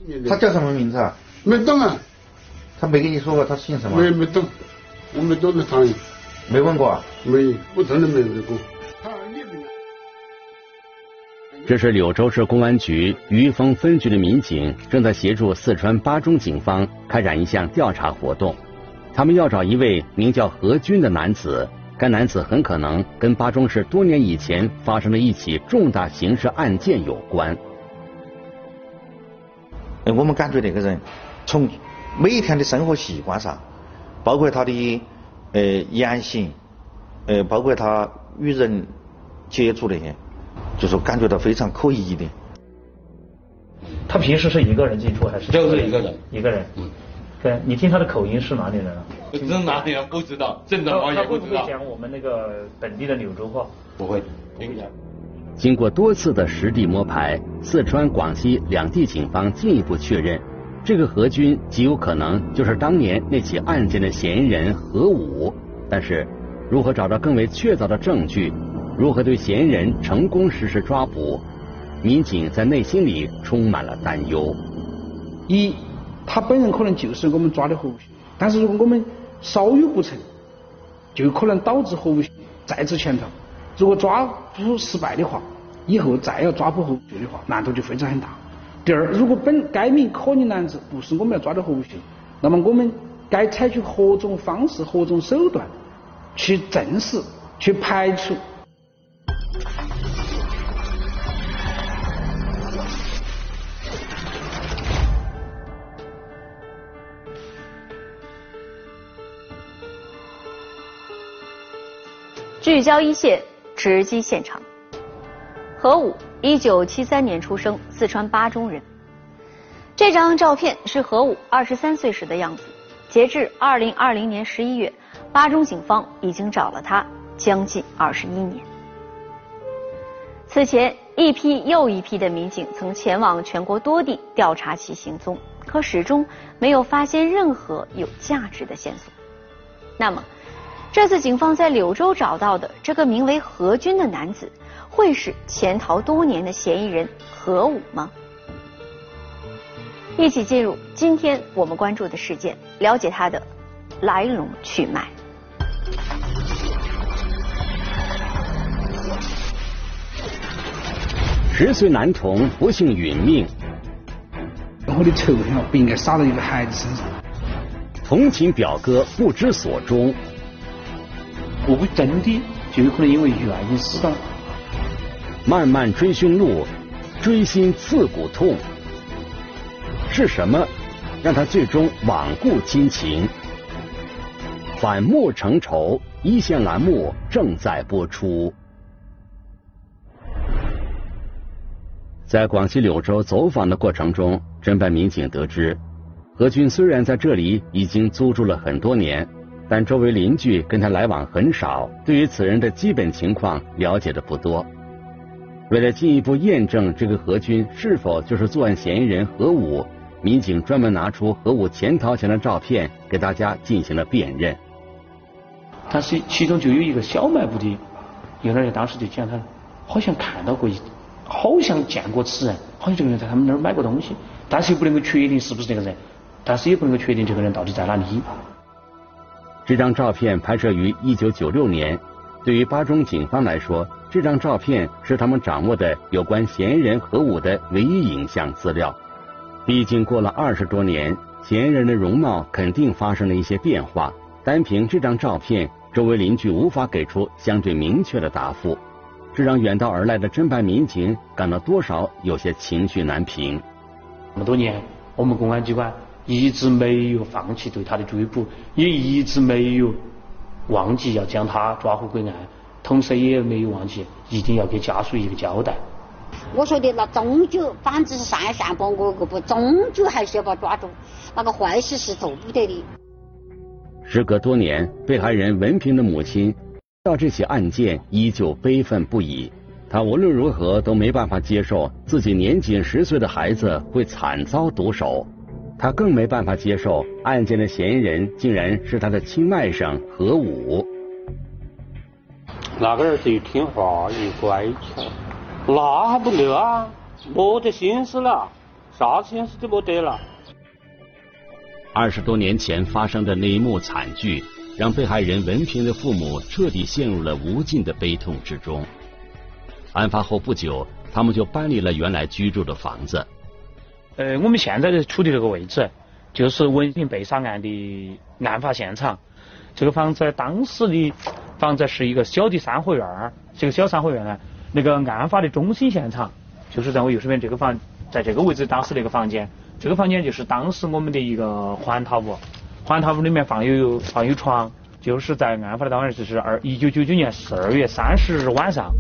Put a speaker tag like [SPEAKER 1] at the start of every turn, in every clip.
[SPEAKER 1] 他叫什么名字啊？
[SPEAKER 2] 没懂啊。
[SPEAKER 1] 他没跟你说过他姓什么？
[SPEAKER 2] 没懂，我没懂得他。
[SPEAKER 1] 没问过啊？
[SPEAKER 2] 没，我真的没问过。
[SPEAKER 3] 这是柳州市公安局余丰分局的民警正在协助四川巴中警方开展一项调查活动。他们要找一位名叫何军的男子，该男子很可能跟巴中市多年以前发生的一起重大刑事案件有关。
[SPEAKER 1] 我们感觉那个人从每一天的生活习惯上，包括他的言行，包括他与人接触那些，就是感觉到非常可疑一点。
[SPEAKER 4] 他平时是一个人进出还是？
[SPEAKER 5] 就是一个人。
[SPEAKER 4] 一个人。对，你听他的口音是哪里人啊？
[SPEAKER 5] 是哪里人不知道，正常话也不知道。
[SPEAKER 4] 他会不会讲我们那个本地的柳州话？
[SPEAKER 5] 不会，不会讲。
[SPEAKER 3] 经过多次的实地摸排，四川、广西两地警方进一步确认，这个何军极有可能就是当年那起案件的嫌疑人何武。但是，如何找到更为确凿的证据，如何对嫌疑人成功实施抓捕，民警在内心里充满了担忧。
[SPEAKER 6] 一，他本人可能就是我们抓的何武雄，但是如果我们稍有不成，就可能导致何武雄再次潜逃。如果抓捕失败的话，以后再要抓捕何武雄的话，难度就非常很大。第二，如果该名可疑男子不是我们要抓的何武雄，那么我们该采取何种方式、何种手段去证实、去排除。
[SPEAKER 7] 聚焦一线，直击现场。何武，1973年出生，四川巴中人。这张照片是何武23岁时的样子。截至2020年11月，巴中警方已经找了他将近21年。此前，一批又一批的民警曾前往全国多地调查其行踪，可始终没有发现任何有价值的线索。那么，这次警方在柳州找到的这个名为何军的男子，会是潜逃多年的嫌疑人何武吗？一起进入今天我们关注的事件，了解他的来龙去脉。
[SPEAKER 3] 10岁男童不幸殒命，
[SPEAKER 6] 我的仇恨不应该撒到一个孩子身上。
[SPEAKER 3] 同情表哥不知所终，
[SPEAKER 6] 我不真的就有可能因为原因死了。
[SPEAKER 3] 漫漫追寻路，锥心刺骨痛，是什么让他最终罔顾亲情？反目成仇一线栏目正在播出。在广西柳州走访的过程中，侦办民警得知，何军虽然在这里已经租住了很多年，但周围邻居跟他来往很少，对于此人的基本情况了解的不多。为了进一步验证这个何军是否就是作案嫌疑人何武，民警专门拿出何武潜逃前的照片给大家进行了辨认。
[SPEAKER 6] 但是其中就有一个小卖部的有人当时就讲，他好像看到过好像见过此人，好像这个人在他们那儿买过东西，但是又不能够确定是不是这个人，但是也不能够确定这个人到底在哪里。
[SPEAKER 3] 这张照片拍摄于1996年，对于巴中警方来说，这张照片是他们掌握的有关嫌疑人何武的唯一影像资料。毕竟过了20多年，嫌疑人的容貌肯定发生了一些变化，单凭这张照片，周围邻居无法给出相对明确的答复，这让远道而来的侦办民警感到多少有些情绪难平。
[SPEAKER 6] 这么多年，我们公安机关一直没有放弃对他的追捕，也一直没有忘记要将他抓获归案，同时也没有忘记一定要给家属一个交代。
[SPEAKER 8] 我说的那终究，反正是散一散播，我不终究还是要把他抓住，那个坏事是做不得的。
[SPEAKER 3] 时隔多年，被害人文平的母亲到这起案件依旧悲愤不已，她无论如何都没办法接受自己年仅10岁的孩子会惨遭毒手，她更没办法接受案件的嫌疑人竟然是她的亲外甥何武。
[SPEAKER 9] 那个儿子又听话又乖巧，那还不够啊，没得心思了， 啥钱是都没得了。
[SPEAKER 3] 20多年前发生的那一幕惨剧，让被害人文平的父母彻底陷入了无尽的悲痛之中。案发后不久，他们就搬离了原来居住的房子。
[SPEAKER 4] 我们现在的处的这个位置，就是文平被杀案的案发现场。这个房子当时的房子是一个小的三合院，这个小三合院呢，那个案发的中心现场就是在我右手边这个房，在这个位置当时那个房间，这个房间就是当时我们的一个环塔屋，环塔屋里面放有床，就是在案发的当日，就是1999年12月30日晚上。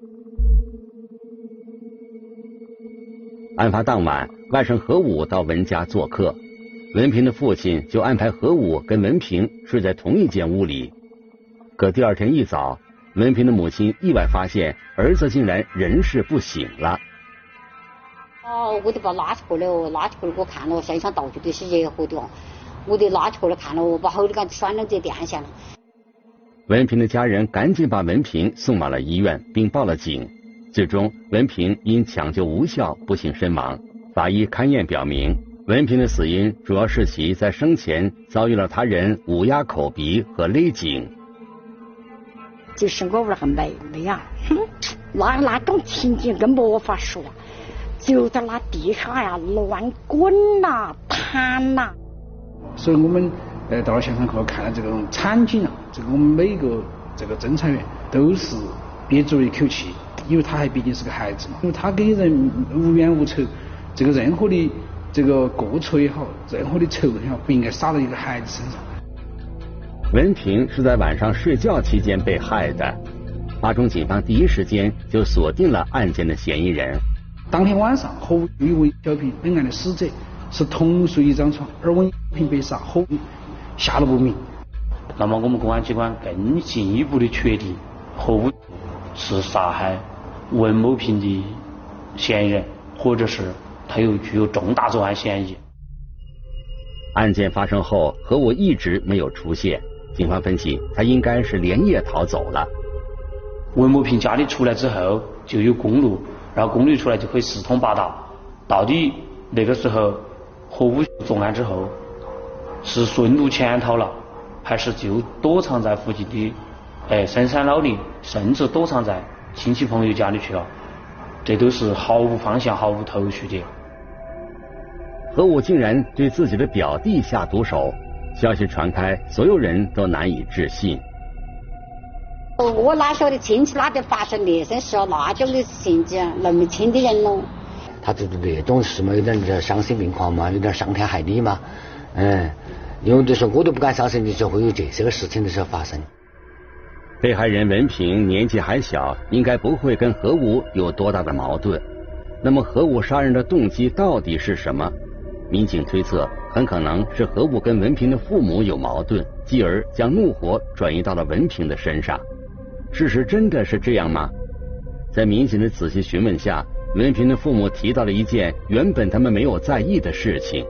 [SPEAKER 3] 案发当晚，外甥何武到文家做客，文平的父亲就安排何武跟文平睡在同一间屋里。可第二天一早，文平的母亲意外发现儿子竟然人事不省了。
[SPEAKER 8] 我就把拉起过来哦，拉起过来我看了，身上到处都是热火的哦，我就拉起过来看了，我把后头杆拴到这电线了。
[SPEAKER 3] 文平的家人赶紧把文平送往了医院，并报了警。最终，文平因抢救无效不幸身亡。法医勘验表明，文平的死因主要是其在生前遭遇了他人捂压口鼻和勒颈。
[SPEAKER 10] 就是我那个妹妹啊，那种情景更没法说，就在那地下呀乱滚呐、弹呐。
[SPEAKER 6] 所以我们到了现场后看了这种惨景啊，这个我们每个这个侦查员都是憋住了一口气。因为他还毕竟是个孩子嘛，因为他给人无冤无仇，这个任何的这个过错也好，任何的仇恨也好，不应该撒到一个孩子身上。
[SPEAKER 3] 文平是在晚上睡觉期间被害的，巴中警方第一时间就锁定了案件的嫌疑人。
[SPEAKER 6] 当天晚上，何武与文小平本案的死者是同睡一张床，而文小平被杀，何武下落不明。
[SPEAKER 4] 那么我们公安机关更进一步的确定何武是杀害文某平的嫌疑人，或者是他具有重大作案嫌疑。
[SPEAKER 3] 案件发生后，何武一直没有出现，警方分析他应该是连夜逃走了。
[SPEAKER 4] 文某平家里出来之后就有公路，然后公路出来就可以四通八达。到底那个时候何武作案之后是顺路潜逃了，还是就躲藏在附近的深山老林，甚至躲藏在亲戚朋友家里去了？这都是毫无方向、毫无头绪的。
[SPEAKER 3] 何武竟然对自己的表弟下毒手，消息传开，所有人都难以置信。
[SPEAKER 8] 我哪晓得亲戚哪得发生那些事啊？那种的情景，那么亲的人咯。
[SPEAKER 11] 他就是那种事嘛，有点丧心病狂嘛，有点伤天害理嘛。有的时候我都不敢相信，就是会有这些个事情的时候发生。
[SPEAKER 3] 被害人文平年纪还小，应该不会跟何武有多大的矛盾。那么何武杀人的动机到底是什么？民警推测，很可能是何武跟文平的父母有矛盾，继而将怒火转移到了文平的身上。事实真的是这样吗？在民警的仔细询问下，文平的父母提到了一件原本他们没有在意的事情。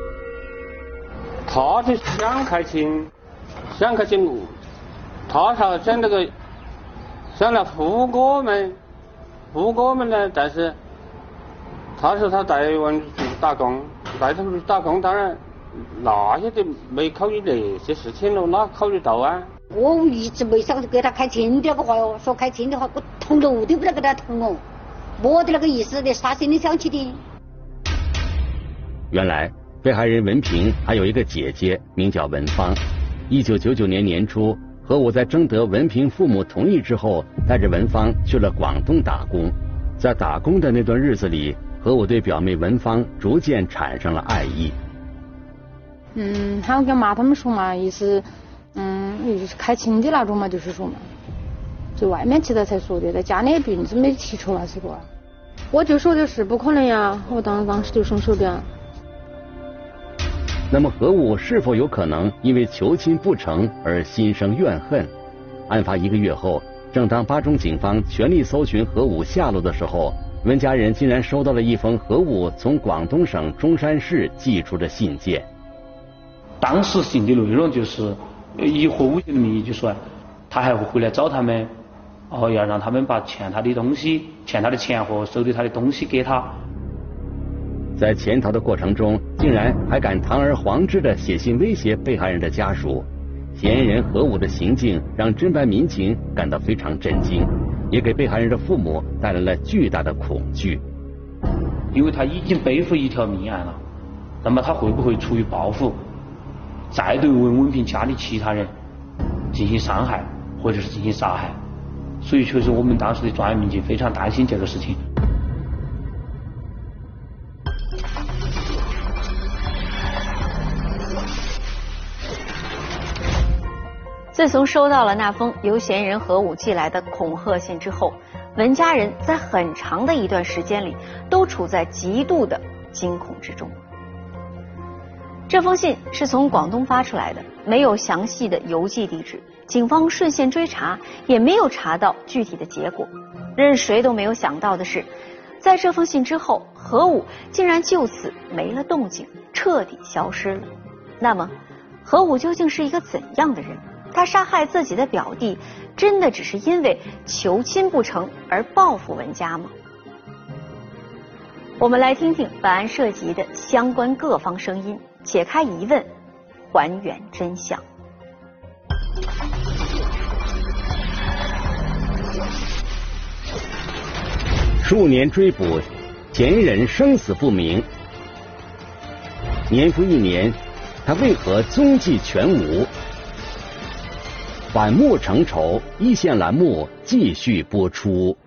[SPEAKER 9] 他是想开心，他想整那个想来扶我们呢，但是他说他带我们去打工，带他们去打工，当然那些都没考虑那些事情了，哪考虑到啊？
[SPEAKER 8] 我一直没想给他开轻的那个话哟，说开轻的话，我捅路都不得给他捅哦，没得那个意思，那是他心里想起的。
[SPEAKER 3] 原来被害人文平还有一个姐姐，名叫文芳。1999年年初，何武在征得文平父母同意之后，带着文芳去了广东打工。在打工的那段日子里，何武对表妹文芳逐渐产生了爱意。
[SPEAKER 10] 他跟妈他们说嘛，意思就是开轻的那种嘛，就是说嘛，就外面其他才说的，在家里并没提出那些个。我就说的是不可能呀，我当时就伸手的。
[SPEAKER 3] 那么何武是否有可能因为求亲不成而心生怨恨？案发1个月后，正当巴中警方全力搜寻何武下落的时候，文家人竟然收到了一封何武从广东省中山市寄出的信件。
[SPEAKER 4] 当时信的内容就是以何武的名义，就说他还会回来找他们，要让他们把欠他的东西、欠他的钱和收的他的东西给他。
[SPEAKER 3] 在潜逃的过程中，竟然还敢堂而皇之地写信威胁被害人的家属。嫌疑人何武的行径让侦办民警感到非常震惊，也给被害人的父母带来了巨大的恐惧。
[SPEAKER 4] 因为他已经背负一条命案了，那么他会不会出于报复，再对文文平家里其他人进行伤害，或者是进行杀害？所以确实我们当时的专案民警非常担心这个事情。
[SPEAKER 7] 自从收到了那封由嫌疑人何武寄来的恐吓信之后，文家人在很长的一段时间里都处在极度的惊恐之中。这封信是从广东发出来的，没有详细的邮寄地址，警方顺线追查也没有查到具体的结果。任谁都没有想到的是，在这封信之后，何武竟然就此没了动静，彻底消失了。那么，何武究竟是一个怎样的人？他杀害自己的表弟，真的只是因为求亲不成而报复文家吗？我们来听听本案涉及的相关各方声音，解开疑问，还原真相。
[SPEAKER 3] 数年追捕，嫌疑人生死不明。年复一年，他为何踪迹全无？反目成仇，一线栏目继续播出。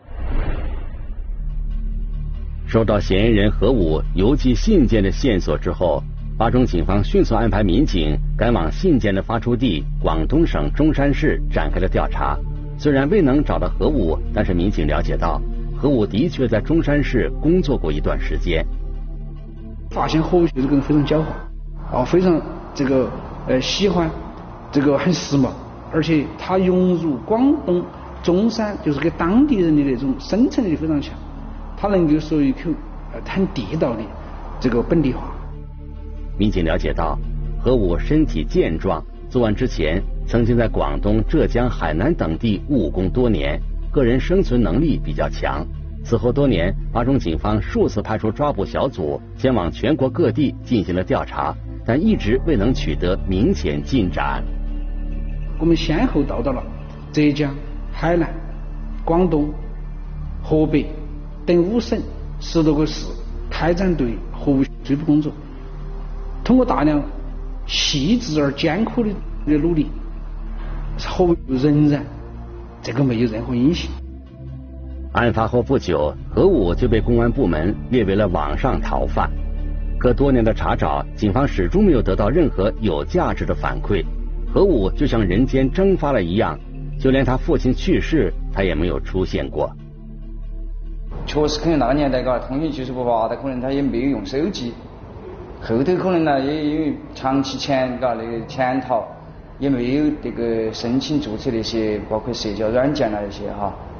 [SPEAKER 3] 收到嫌疑人何武邮寄信件的线索之后，巴中警方迅速安排民警赶往信件的发出地广东省中山市展开了调查。虽然未能找到何武，但是民警了解到何武的确在中山市工作过一段时间。
[SPEAKER 6] 发现何武这个人非常狡猾，非常喜欢很时髦。而且他融入广东中山，就是给当地人的那种生存力非常强，他能够说一口很地道的本地话。
[SPEAKER 3] 民警了解到，何武身体健壮，作案之前曾经在广东、浙江、海南等地务工多年，个人生存能力比较强。此后多年，巴中警方数次派出抓捕小组前往全国各地进行了调查，但一直未能取得明显进展。
[SPEAKER 6] 我们先后到了浙江、海南、广东、河北等5省10多个市，开展对何武追捕工作。通过大量细致而艰苦的努力，何武仍然没有任何音信。
[SPEAKER 3] 案发后不久，何武就被公安部门列为了网上逃犯。可多年的查找，警方始终没有得到任何有价值的反馈。何武就像人间蒸发了一样，就连他父亲去世，他也没有出现过。
[SPEAKER 12] 确实，可能那个年代通讯技术不发达，可能他也没有用手机。后头可能呢，也因为长期潜逃，也没有申请注册那些，包括社交软件那些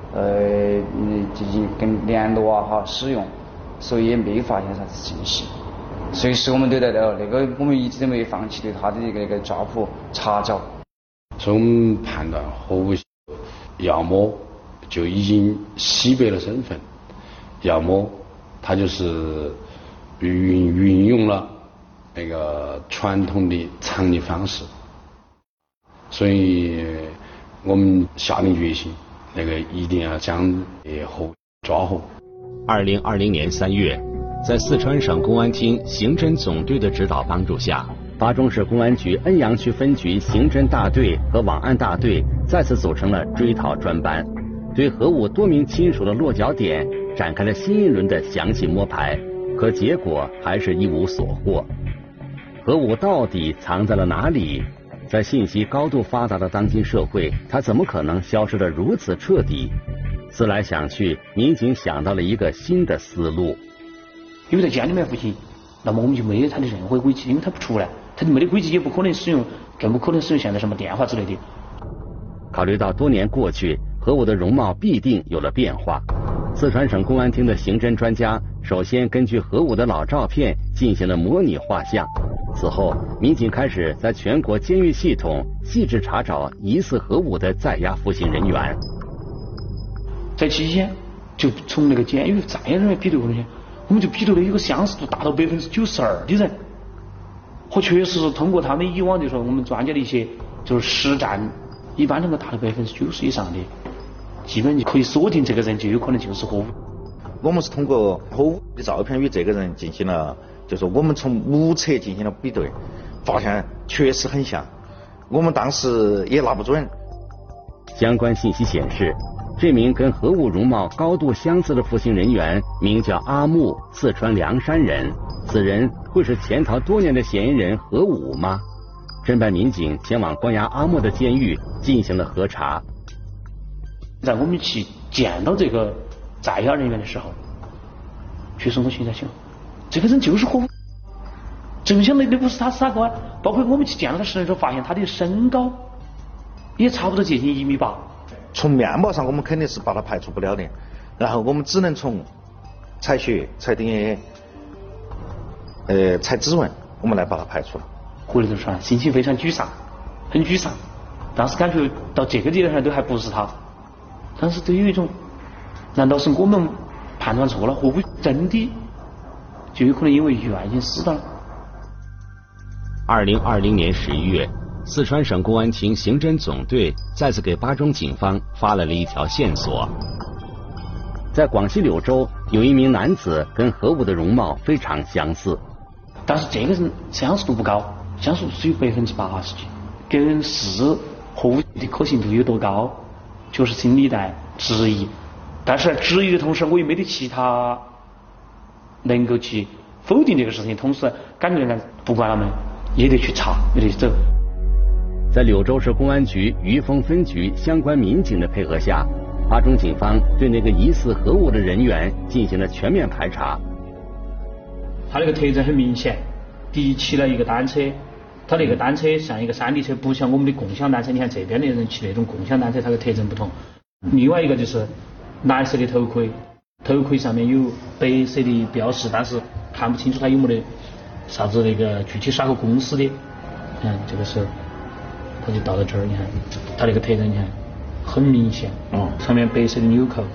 [SPEAKER 12] 跟联络使用，所以也没发现啥子信息。所以是我们对待我们一直都没有放弃对他的抓捕查找。
[SPEAKER 2] 所以我们判断何武要么就已经洗白了身份，要么他就是运用了传统的藏匿方式。所以我们下定决心，一定要将何武抓获。
[SPEAKER 3] 2020年3月。在四川省公安厅刑侦总队的指导帮助下，巴中市公安局恩阳区分局刑侦大队和网案大队再次组成了追逃专班，对何武多名亲属的落脚点展开了新一轮的详细摸排，可结果还是一无所获。何武到底藏在了哪里？在信息高度发达的当今社会，他怎么可能消失得如此彻底？思来想去，民警想到了一个新的思路。
[SPEAKER 4] 因为在家里面不行，那么我们就没有他的任何轨迹，因为他不出来，他就没得轨迹，也不可能使用，更不可能使用现在什么电话之类的。
[SPEAKER 3] 考虑到多年过去，何武的容貌必定有了变化。四川省公安厅的刑侦专家首先根据何武的老照片进行了模拟画像，此后民警开始在全国监狱系统细致查找疑似何武的在押服刑人员。
[SPEAKER 4] 在期间就从监狱在押人员比对过去， 我们就比对了有个相似度达到92%的人，和确实是通过他们以往就说我们专家的一些就是实战，一般能够达到90%以上的，基本就可以锁定这个人就有可能就是核武。
[SPEAKER 1] 我们是通过核武的照片与这个人进行了，就是我们从目测进行了比对，发现确实很像。我们当时也拿不准。
[SPEAKER 3] 相关信息显示，这名跟何武容貌高度相似的服刑人员名叫阿木，四川凉山人。此人会是潜逃多年的嫌疑人何武吗？侦办民警前往关押阿木的监狱进行了核查。
[SPEAKER 4] 在我们去见到这个在押人员的时候，确实我现在想，这个人就是何武。真想那不是他傻瓜，包括我们去见到他时的时候，发现他的身高也差不多接近1.8米。
[SPEAKER 1] 从面貌上我们肯定是把他排除不了的，然后我们只能从采血、采 DNA、采指纹，我们来把它排除了。
[SPEAKER 4] 回来的时候心情非常沮丧，很沮丧。当时感觉到这个地方都还不是他，但是都有一种，难道是我们判断错了？会不会真的就有可能因为意外已经死了
[SPEAKER 3] ？2020年11月，四川省公安厅刑侦总队再次给巴中警方发来了一条线索。在广西柳州，有一名男子跟何武的容貌非常相似，
[SPEAKER 4] 但是这个人相似度不高，相似度只有80几，跟是何武的可信度有多高，就是心里在质疑。但是质疑的同时，我也没得其他能够去否定这个事情，同时感觉呢，不管他们也得去查，也得走。
[SPEAKER 3] 在柳州市公安局余丰分局相关民警的配合下，巴中警方对那个疑似何武的人员进行了全面排查。
[SPEAKER 4] 他那个特征很明显，第一骑了一个单车，他那个单车像一个山地车，不像我们的共享单车。你看这边的人骑那种共享单车，它的特征不同。另外一个就是蓝色的头盔，头盔上面有白色的标识，但是看不清楚他有没得啥子那个具体是哪个公司的。这个是他就到了这儿，你看他那个特征，你看很明显，上面白色的纽扣。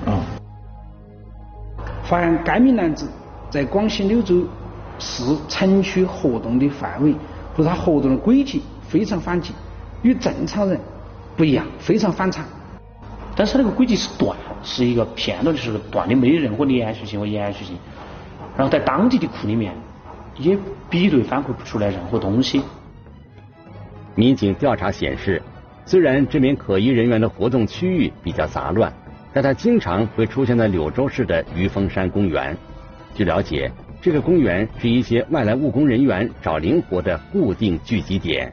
[SPEAKER 6] 发现该名男子在广西柳州市城区活动的范围和他活动的轨迹非常反常，与正常人不一样，非常反常。
[SPEAKER 4] 但是那个轨迹是断，是一个片段，就是断的，没有任何连续性和延续性。然后在当地的库里面也比对反馈不出来任何东西。
[SPEAKER 3] 民警调查显示，虽然这名可疑人员的活动区域比较杂乱，但他经常会出现在柳州市的余丰山公园。据了解，这个公园是一些外来务工人员找零活的固定聚集点。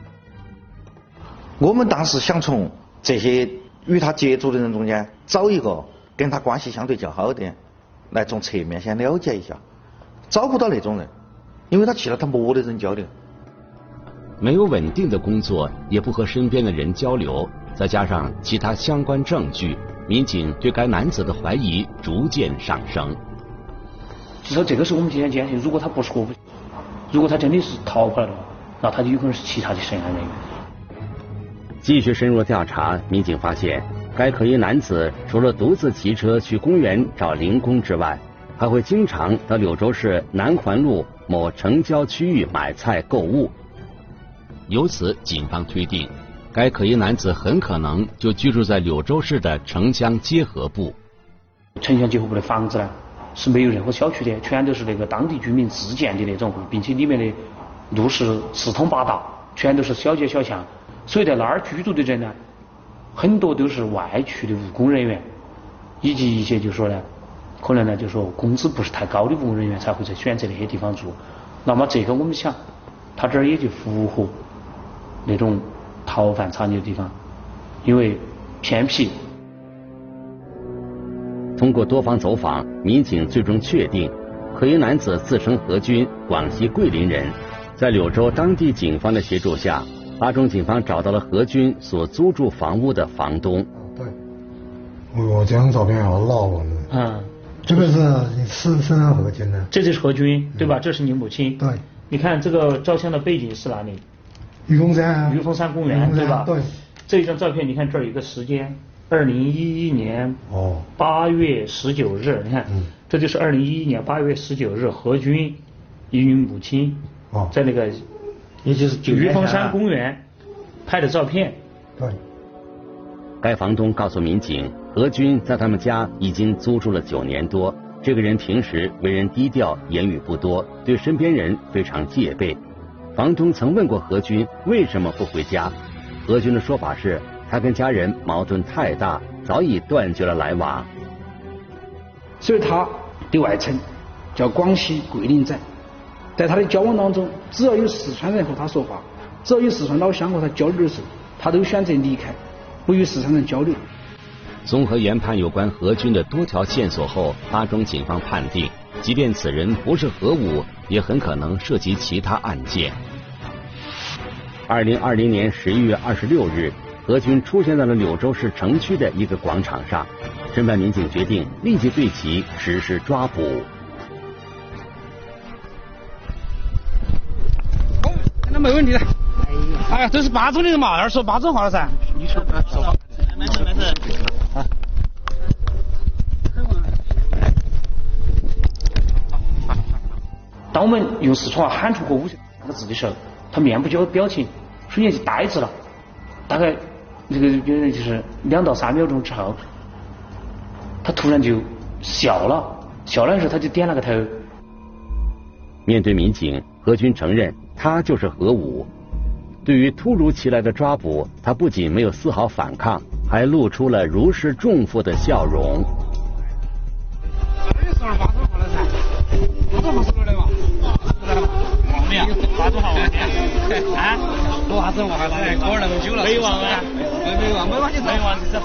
[SPEAKER 1] 我们当时想从这些与他接触的人中间找一个跟他关系相对较好的，来从侧面先了解一下，找不到那种人，因为他去了他没得人交流。
[SPEAKER 3] 没有稳定的工作，也不和身边的人交流，再加上其他相关证据，民警对该男子的怀疑逐渐上升。
[SPEAKER 4] 至少这个是我们今天坚信，如果他不是核武，如果他真的是逃跑了的话，那他就有可能是其他的涉案人员。
[SPEAKER 3] 继续深入调查，民警发现，该可疑男子除了独自骑车去公园找零工之外，还会经常到柳州市南环路某城郊区域买菜购物。由此，警方推定，该可疑男子很可能就居住在柳州市的城乡结合部。
[SPEAKER 4] 城乡结合部的房子呢，是没有任何小区的，全都是那个当地居民自建的那种，并且里面的路是四通八达，全都是小街小巷。所以在那儿居住的人呢，很多都是外区的务工人员，以及一些就说呢，可能呢就说工资不是太高的务工人员才会在选择那些地方住。那么这个我们想，他这儿也就符合那种逃犯藏匿的地方，因为偏僻。
[SPEAKER 3] 通过多方走访，民警最终确定，可疑男子自称何军，广西桂林人。在柳州当地警方的协助下，巴中警方找到了何军所租住房屋的房东。
[SPEAKER 13] 对，我这张照片好老了。这个是那何军呢？
[SPEAKER 4] 这就是何军，对吧？这是你母亲。
[SPEAKER 13] 对。
[SPEAKER 4] 你看这个照相的背景是哪里？
[SPEAKER 13] 余丰山。
[SPEAKER 4] 余丰山公园，对吧？
[SPEAKER 13] 对。
[SPEAKER 4] 这一张照片，你看这儿有一个时间，2011年8月19日，你看， 这就是2011年8月19日何军与母亲在那个
[SPEAKER 13] 也就是
[SPEAKER 4] 玉峰山公园拍的照片。
[SPEAKER 13] 对。
[SPEAKER 3] 该房东告诉民警，何军在他们家已经租住了9年多。这个人平时为人低调，言语不多，对身边人非常戒备。房东曾问过何军为什么不回家，何军的说法是他跟家人矛盾太大，早已断绝了来往。
[SPEAKER 6] 所以他的外甥叫广西桂林仔，在他的交往当中，只要有四川人和他说话，只要有四川老乡和他交流的时候，他都选择离开，不与四川人交流。
[SPEAKER 3] 综合研判有关何军的多条线索后，巴中警方判定，即便此人不是何武，也很可能涉及其他案件。2020年11月26日，何军出现在了柳州市城区的一个广场上，侦办民警决定立即对其实施抓捕。
[SPEAKER 6] 那没问题的。哎呀，这是巴中的人嘛，要说巴中话了噻。你说说吧。没事。啊。
[SPEAKER 4] 当我们用四川话喊出过5个字的时候，他面部表情瞬间就呆滞了，大概这个就是2到3秒钟之后，他突然就笑了的时候他就点了个头。
[SPEAKER 3] 面对民警，何军承认他就是何武。对于突如其来的抓捕，他不仅没有丝毫反抗，还露出了如释重负的笑容。
[SPEAKER 6] 巴中话啊？说啥子我还来过那么久了？没忘啊？没忘就走。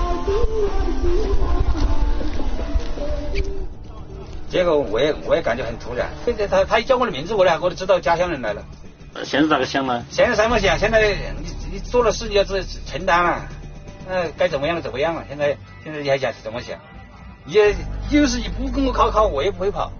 [SPEAKER 12] 这个我也感觉很突然。现在他一叫我的名字，我都知道家乡人来了。
[SPEAKER 4] 现在咋个想呢？
[SPEAKER 12] 现在怎么想？现在你做了事你要自己承担了，该怎么样就怎么样了。现在你还想怎么想？也就是你不跟我考，我也不会跑。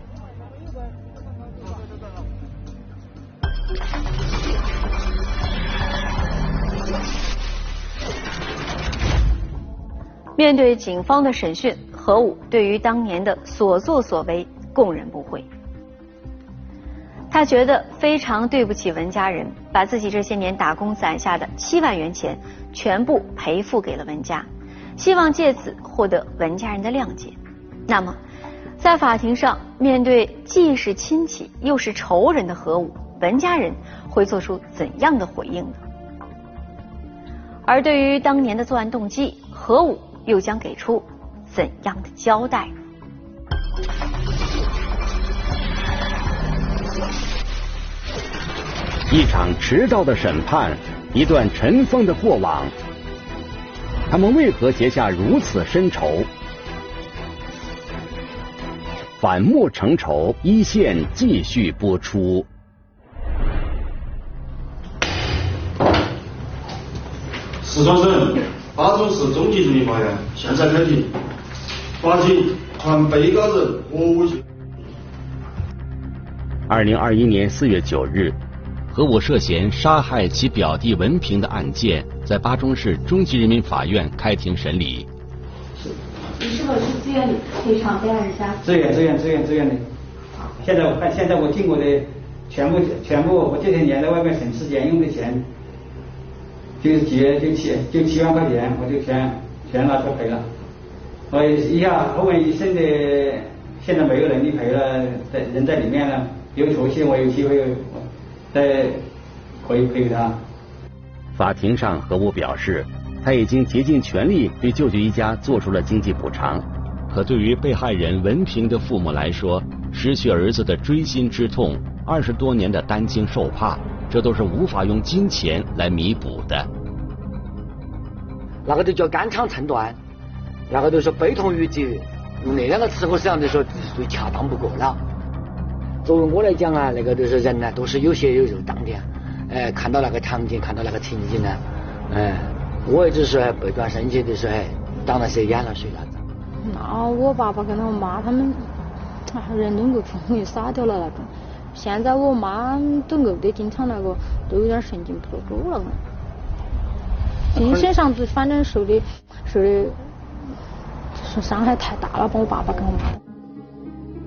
[SPEAKER 7] 面对警方的审讯，何武对于当年的所作所为供认不讳。他觉得非常对不起文家人，把自己这些年打工攒下的7万元钱全部赔付给了文家，希望借此获得文家人的谅解。那么，在法庭上，面对既是亲戚又是仇人的何武，文家人会做出怎样的回应呢？而对于当年的作案动机，何武又将给出怎样的交代？
[SPEAKER 3] 一场迟到的审判，一段尘封的过往，他们为何结下如此深仇？反目成仇，一线继续播出。
[SPEAKER 14] 四川省巴中市中级人民法院现在开庭，法庭传被告人何武进。
[SPEAKER 3] 2021年4月9日，何武涉嫌杀害其表弟文平的案件在巴中市中级人民法院开庭审理。
[SPEAKER 15] 你是否是自愿赔偿被害人家？
[SPEAKER 12] 自愿的。现在我尽我的全部，我这些年在外面省吃俭用的钱，就7万块钱，我就全拿出赔了。我一下后面一生的，现在没有能力赔了，人在里面了，有出息，我有机会再可以赔给他。
[SPEAKER 3] 法庭上，何武表示，他已经竭尽全力对舅舅一家做出了经济补偿，可对于被害人文平的父母来说，失去儿子的锥心之痛，20多年的担惊受怕，这都是无法用金钱来弥补的。
[SPEAKER 11] 那个就叫肝肠寸断，那个就是悲痛欲绝，用那2个词我实际上就说最恰当不过了。作为我来讲啊，那个就是人呢，都是有血有肉当的，看到那个场景，看到那个情景呢，我也就是背转身去，就是当然是淹了水了。
[SPEAKER 10] 那我爸爸跟我妈他们，人都够容易傻掉了那种。现在我妈都饿得经常那个都有点神经不住了，精神上反正受的伤害太大了，把我爸爸跟我妈。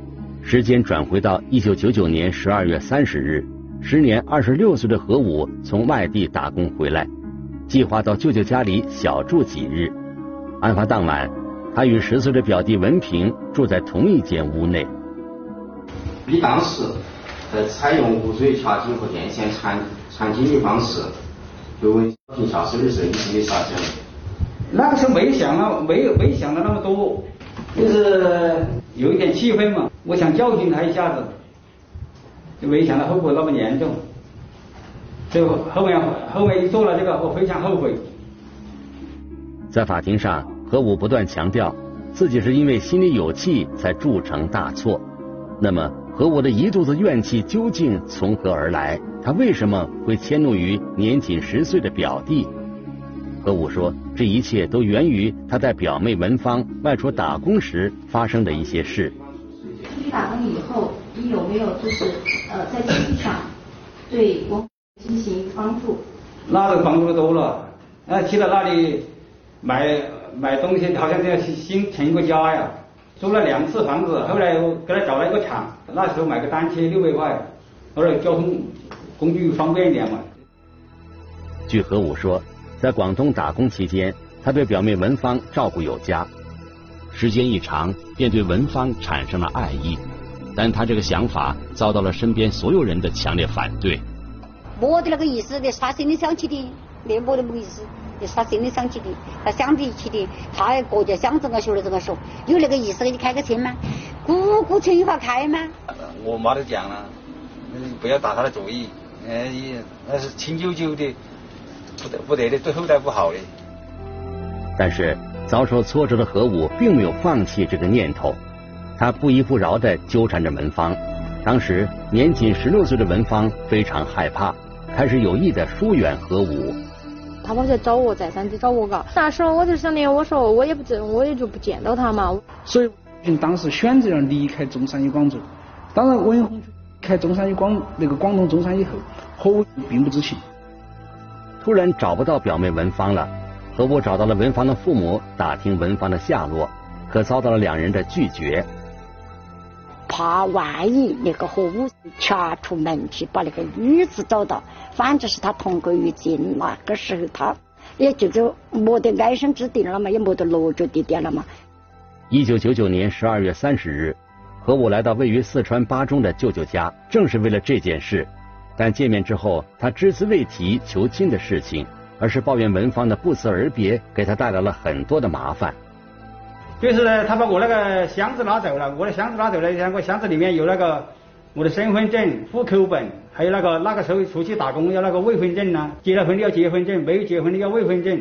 [SPEAKER 3] 时间转回到1999年12月30日，时年26岁的何武从外地打工回来，计划到舅舅家里小住几日。案发当晚，他与10岁的表弟文平住在同一间屋内。
[SPEAKER 16] 比当时采用无水掐紧和电线缠紧的方式，对文平下手的时候已经没啥讲。
[SPEAKER 12] 那个时候没想到那么多，就是有一点气愤嘛，我想教训他一下子，就没想到后果那么严重。就后面一做了这个，我非常后悔。
[SPEAKER 3] 在法庭上，何武不断强调自己是因为心里有气才铸成大错。那么何武的一肚子怨气究竟从何而来？他为什么会迁怒于年仅10岁的表弟？何武说，这一切都源于他在表妹文芳外出打工时发生的一些事。
[SPEAKER 15] 出去打工以后，你有没有就是在经济上对我进行帮助？
[SPEAKER 12] 那都帮助的多了，去到那里买东西，好像这样新成一个家呀。租了2次房子，后来我给他找了一个厂，那时候买个单车600块，后来交通工具方便一点嘛。
[SPEAKER 3] 据何武说，在广东打工期间，他对表妹文芳照顾有加，时间一长，便对文芳产生了爱意。但他这个想法遭到了身边所有人的强烈反对。
[SPEAKER 8] 没得那个意思，那是他心里想起的，没得那个意思，那是他心里想起的，他想得起的。他国家想怎么说就怎么说，有那个意思给你开个车吗？顾情话开吗？
[SPEAKER 17] 我妈都讲了，不要打他的主意，那是清久久的，不得的，对后代不好的。
[SPEAKER 3] 但是遭受挫折的何武并没有放弃这个念头，他不依不饶地纠缠着文芳。当时年仅16岁的文芳非常害怕，开始有意地疏远何武。
[SPEAKER 10] 他跑去找我，再三地找我搞。那时候我就想的，我说我也就不见到他嘛。
[SPEAKER 6] 所以当时选择了离开中山一广州。当然文宏离开中山一广东中山以后，何武并不知情。
[SPEAKER 3] 突然找不到表妹文芳了，何武找到了文芳的父母，打听文芳的下落，可遭到了2人的拒绝。
[SPEAKER 8] 怕万一那个何武掐出门去把那个女子找到，反正是他同归于尽，那个时候他也就是没得安身之地了嘛，也没得落脚地点了嘛。
[SPEAKER 3] 1999年12月30日，何武来到位于四川巴中的舅舅家，正是为了这件事。但见面之后，他只字未提求亲的事情，而是抱怨文芳的不辞而别给他带来了很多的麻烦。
[SPEAKER 12] 就是他把我那个箱子拿走了，我的箱子拿走了，我箱子里面有那个我的身份证、户口本，还有那个时候出去打工要那个未婚证呢，结了婚的要结婚证，没有结婚的要未婚证。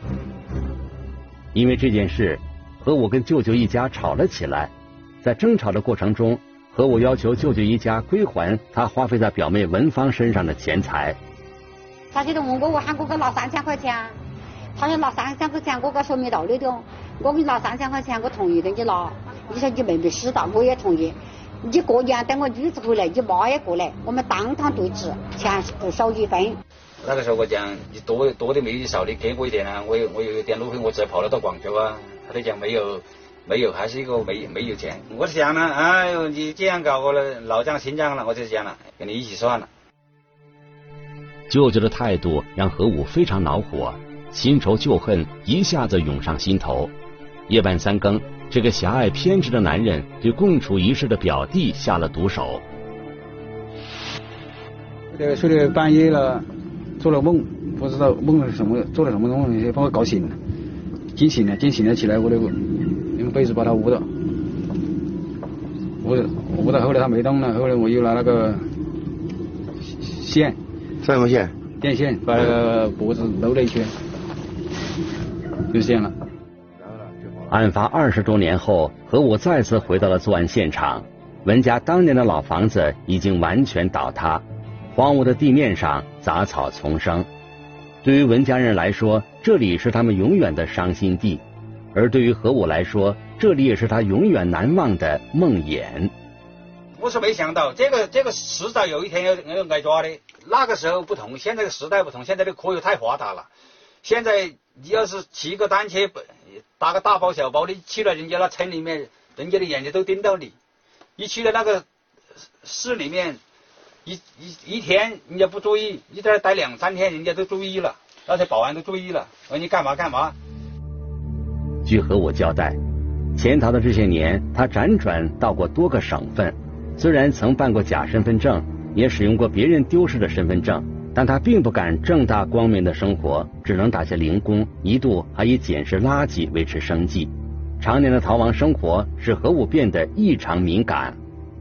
[SPEAKER 3] 因为这件事，何武跟舅舅一家吵了起来。在争吵的过程中，何武要求舅舅一家归还他花费在表妹文芳身上的钱财。
[SPEAKER 8] 他现在问我喊我给拿3000块钱，他要拿3000块钱，我给说没道理的。我给你拿3000块钱，我同意给你拿。你说你妹妹死了，我也同意。你过年等我女子回来，你妈也过来，我们当场对质，钱少一分。
[SPEAKER 17] 那个时候我讲，你多的没有少的给我一点啊，我有一点路费，我只跑得到广州啊。他都讲没有，还是一个没有钱。我就想了，哎呦，你这样搞我了，老账新账了，我就讲了，跟你一起算了。
[SPEAKER 3] 舅舅的态度让何武非常恼火，新仇旧恨一下子涌上心头。夜半3更，这个狭隘偏执的男人对共处一室的表弟下了毒手。
[SPEAKER 12] 睡到半夜了，做了梦，不知道梦了什么，做了什么东西，把我搞醒了。惊醒了起来，我用被子把他捂到，捂到后来他没动了，后来我又拿那个线，
[SPEAKER 1] 什么线？
[SPEAKER 12] 电线，把那个脖子搂了一圈，就这样了。
[SPEAKER 3] 案发20多年后，何武再次回到了作案现场。文家当年的老房子已经完全倒塌，荒芜的地面上杂草丛生。对于文家人来说，这里是他们永远的伤心地，而对于何武来说，这里也是他永远难忘的梦魇。
[SPEAKER 17] 我是没想到这个迟早有一天要挨抓的。那个时候不同，现在的时代不同，现在的科学太发达了。现在你要是骑个单车，搭个大包小包的去了人家那村里面，人家的眼睛都盯到你。 一去了那个市里面，一天人家不注意，你在这待2、3天，人家都注意了，那些保安都注意了，问你干嘛干嘛。
[SPEAKER 3] 据何武交代，潜逃的这些年，他辗转到过多个省份，虽然曾办过假身份证，也使用过别人丢失的身份证，但他并不敢正大光明的生活，只能打些零工，一度还以捡拾垃圾维持生计。常年的逃亡生活使何武变得异常敏感。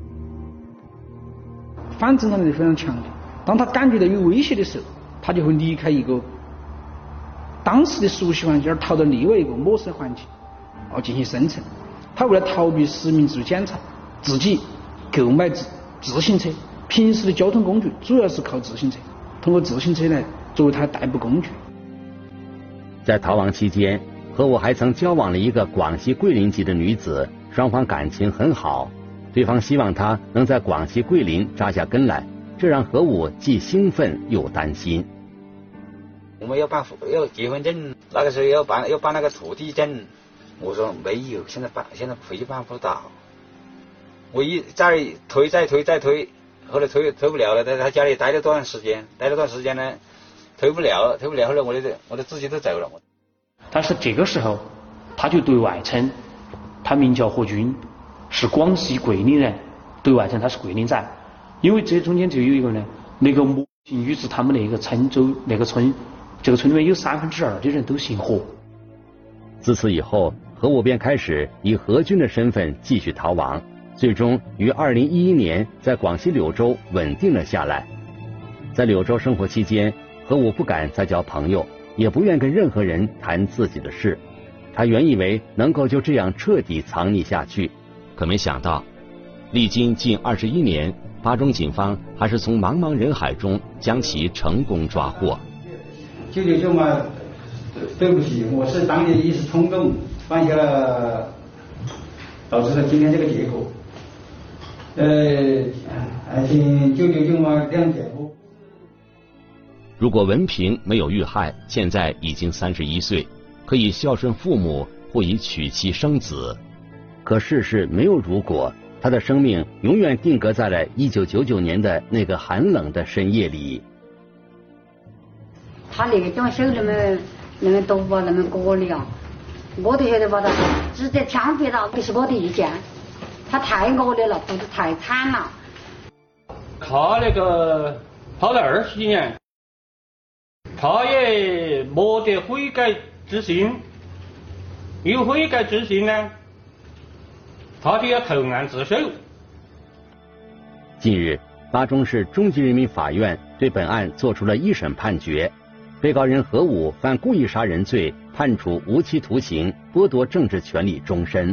[SPEAKER 6] 反侦查能力非常强的，当他感觉到有威胁的时候，他就会离开一个当时的熟悉环境，而逃到另外一个陌生环境，进行生存。他为了逃避实名制检查，自己购买自行车，平时的交通工具主要是靠自行车，通过自行车来作为他的代步工具。
[SPEAKER 3] 在逃亡期间，何武还曾交往了一个广西桂林籍的女子，双方感情很好，对方希望他能在广西桂林扎下根来，这让何武既兴奋又担心。
[SPEAKER 17] 我们要结婚证，那个时候要办那个土地证，我说没有，现在非办不到。我再推，后来推不了了，在他家里待了段时间呢，推不了，后来我就自己都走了。
[SPEAKER 4] 但是这个时候，他就对外称他名叫何军，是广西桂林人，对外称他是桂林仔。因为这中间就有一个呢，那个母亲与是他们那个郴州那个村，这个村里面有2%的人都姓何。
[SPEAKER 3] 自此以后，何武便开始以何军的身份继续逃亡，最终于2011年在广西柳州稳定了下来。在柳州生活期间，何武不敢再交朋友，也不愿跟任何人谈自己的事。他原以为能够就这样彻底藏匿下去，可没想到，历经近21年，巴中警方还是从茫茫人海中将其成功抓获。
[SPEAKER 18] 999嘛，对不起，我是当年一时冲动犯下了，导致了今天这个结果。请999嘛谅解我。
[SPEAKER 3] 如果文平没有遇害，现在已经31岁，可以孝顺父母或以娶妻生子。可世事没有如果，他的生命永远定格在了1999年的那个寒冷的深夜里。
[SPEAKER 8] 他那个装修那么多吧，那么过力啊，我都晓得把他直接枪毙了，这是我的意见。他太恶劣了，做得太惨了。
[SPEAKER 9] 他那个跑了20几年，他也没得悔改之心。有悔改之心呢，他就要投案自首。
[SPEAKER 3] 近日，巴中市中级人民法院对本案作出了一审判决，被告人何武犯故意杀人罪，判处无期徒刑，剥夺政治权利终身。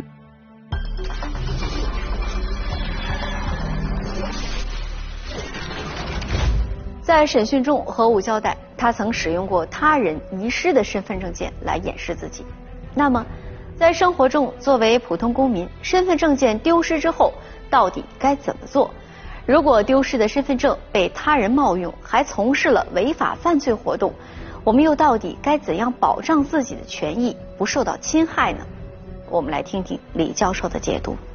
[SPEAKER 7] 在审讯中，何武交代，他曾使用过他人遗失的身份证件来掩饰自己。那么，在生活中，作为普通公民，身份证件丢失之后，到底该怎么做？如果丢失的身份证被他人冒用，还从事了违法犯罪活动，我们又到底该怎样保障自己的权益不受到侵害呢？我们来听听李教授的解读。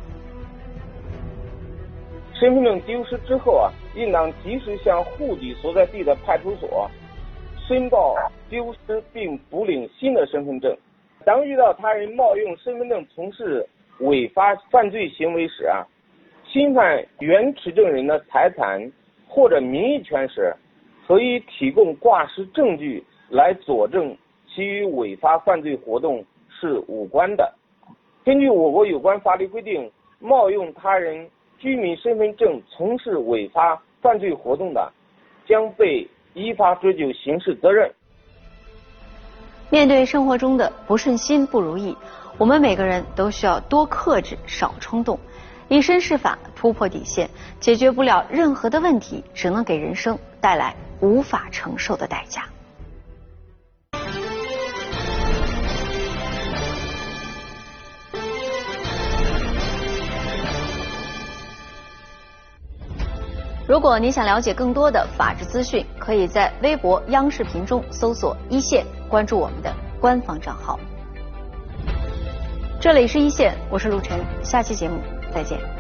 [SPEAKER 19] 身份证丢失之后应当及时向户籍所在地的派出所申报丢失，并补领新的身份证。当遇到他人冒用身份证从事违法犯罪行为时侵犯原持证人的财产或者名誉权时，可以提供挂失证据来佐证其与违法犯罪活动是无关的。根据我国有关法律规定，冒用他人居民身份证从事违法犯罪活动的，将被依法追究刑事责任。
[SPEAKER 7] 面对生活中的不顺心、不如意，我们每个人都需要多克制、少冲动，以身试法，突破底线。解决不了任何的问题，只能给人生带来无法承受的代价。如果您想了解更多的法治资讯，可以在微博、央视频中搜索“一线”，关注我们的官方账号。这里是一线，我是陆晨，下期节目再见。